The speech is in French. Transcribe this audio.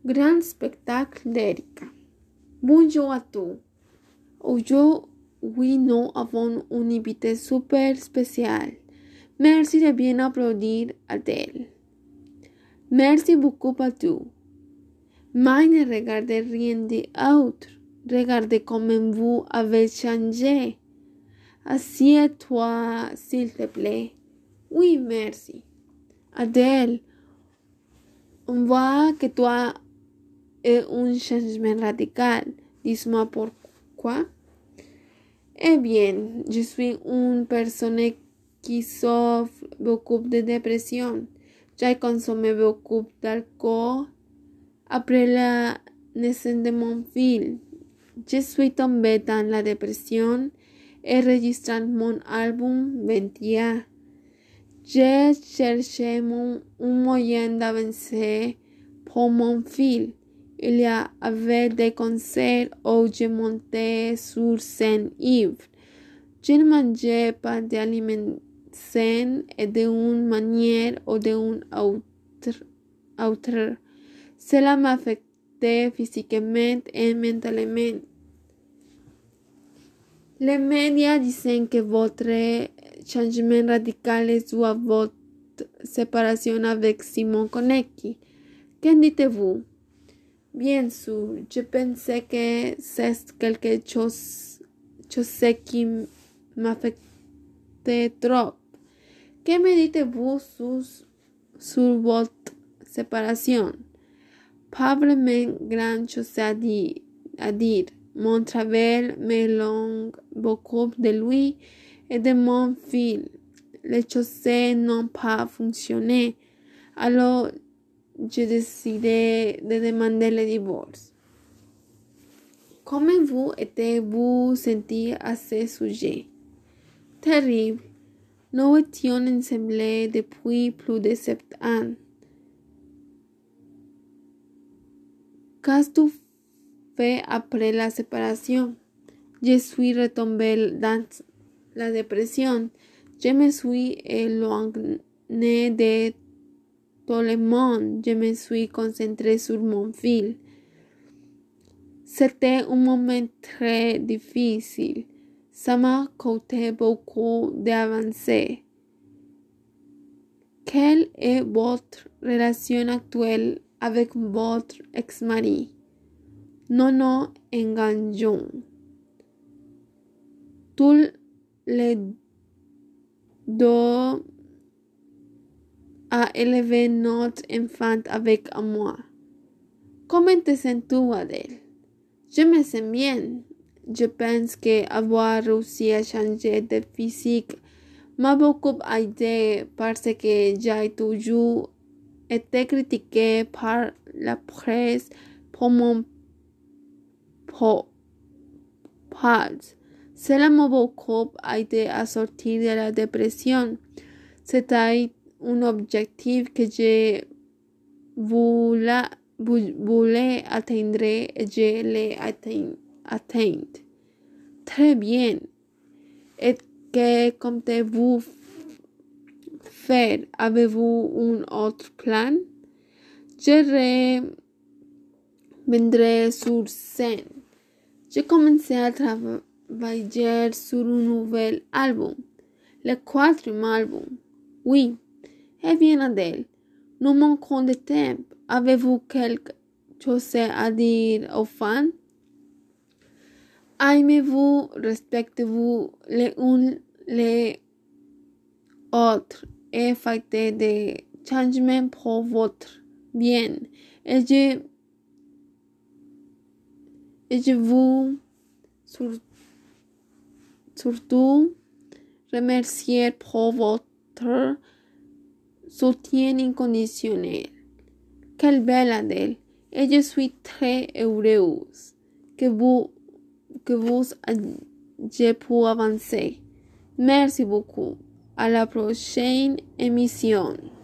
Grand spectacle d'Erika. Bonjour à tous. Aujourd'hui, nous avons un invité super spécial. Merci de bien applaudir Adèle. Merci beaucoup à tous. Mais ne regardez rien d'autre. Regardez comment vous avez changé. Assieds-toi, s'il te plaît. Oui, merci. Adèle, on voit que toi est un changement radical. Dis-moi pourquoi. Eh bien, je suis une personne qui souffre beaucoup de dépression. J'ai consommé beaucoup d'alcool après la naissance de mon fils. Je suis tombée dans la dépression et enregistré mon album 21. J'ai cherché un moyen d'avancer pour mon fils. Il y avait des concerts où je montais sur scène ivre. Je ne mangeais pas d'aliments sains et d'une manière ou d'une autre. Cela m'affectait physiquement et mentalement. Les médias disent que votre changement radical est dû à votre séparation avec Simon Konecki. Qu'en dites-vous? Bien sûr, je pensais que c'est quelque chose qui m'affectait trop. Que me dites-vous sur votre séparation? Pas vraiment grand chose à dire. Mon travail m'éloigne beaucoup de lui et de mon fils. Les choses n'ont pas fonctionné. Alors, j'ai décidé de demander le divorce. Comment vous senti à ce sujet? Terrible. Nous étions ensemble depuis plus de 7 ans. Qu'as-tu fait après la séparation? Je suis retombée dans la dépression. Je me suis éloignée de tout le monde. Je me suis concentrée sur mon fils. C'était un moment très difficile. Ça m'a coûté beaucoup d'avancer. Quelle est votre relation actuelle avec votre ex-mari? Nous nous engageons. Tous les deux à élever notre enfant avec moi. Comment te sens-tu, Adèle? Je me sens bien. Je pense qu'avoir réussi à changer de physique m'a beaucoup aidé parce que j'ai toujours été critiquée par la presse pour mon poids. Cela m'a beaucoup aidé à sortir de la dépression. C'était un objectif que je voulais atteindre et je l'ai atteint. Très bien. Et que comptez-vous faire? Avez-vous un autre plan? Je reviendrai sur scène. J'ai commencé à travailler sur un nouvel album. Le 4e album. Oui. Eh bien, Adèle, nous manquons de temps. Avez-vous quelque chose à dire aux fans? Aimez-vous, respectez-vous les uns les autres et faites des changements pour votre bien. Et je vous surtout remercier pour votre soutien inconditionnel. Quelle belle Adèle! Et je suis très heureuse que vous ayez pu avancer. Merci beaucoup. À la prochaine émission.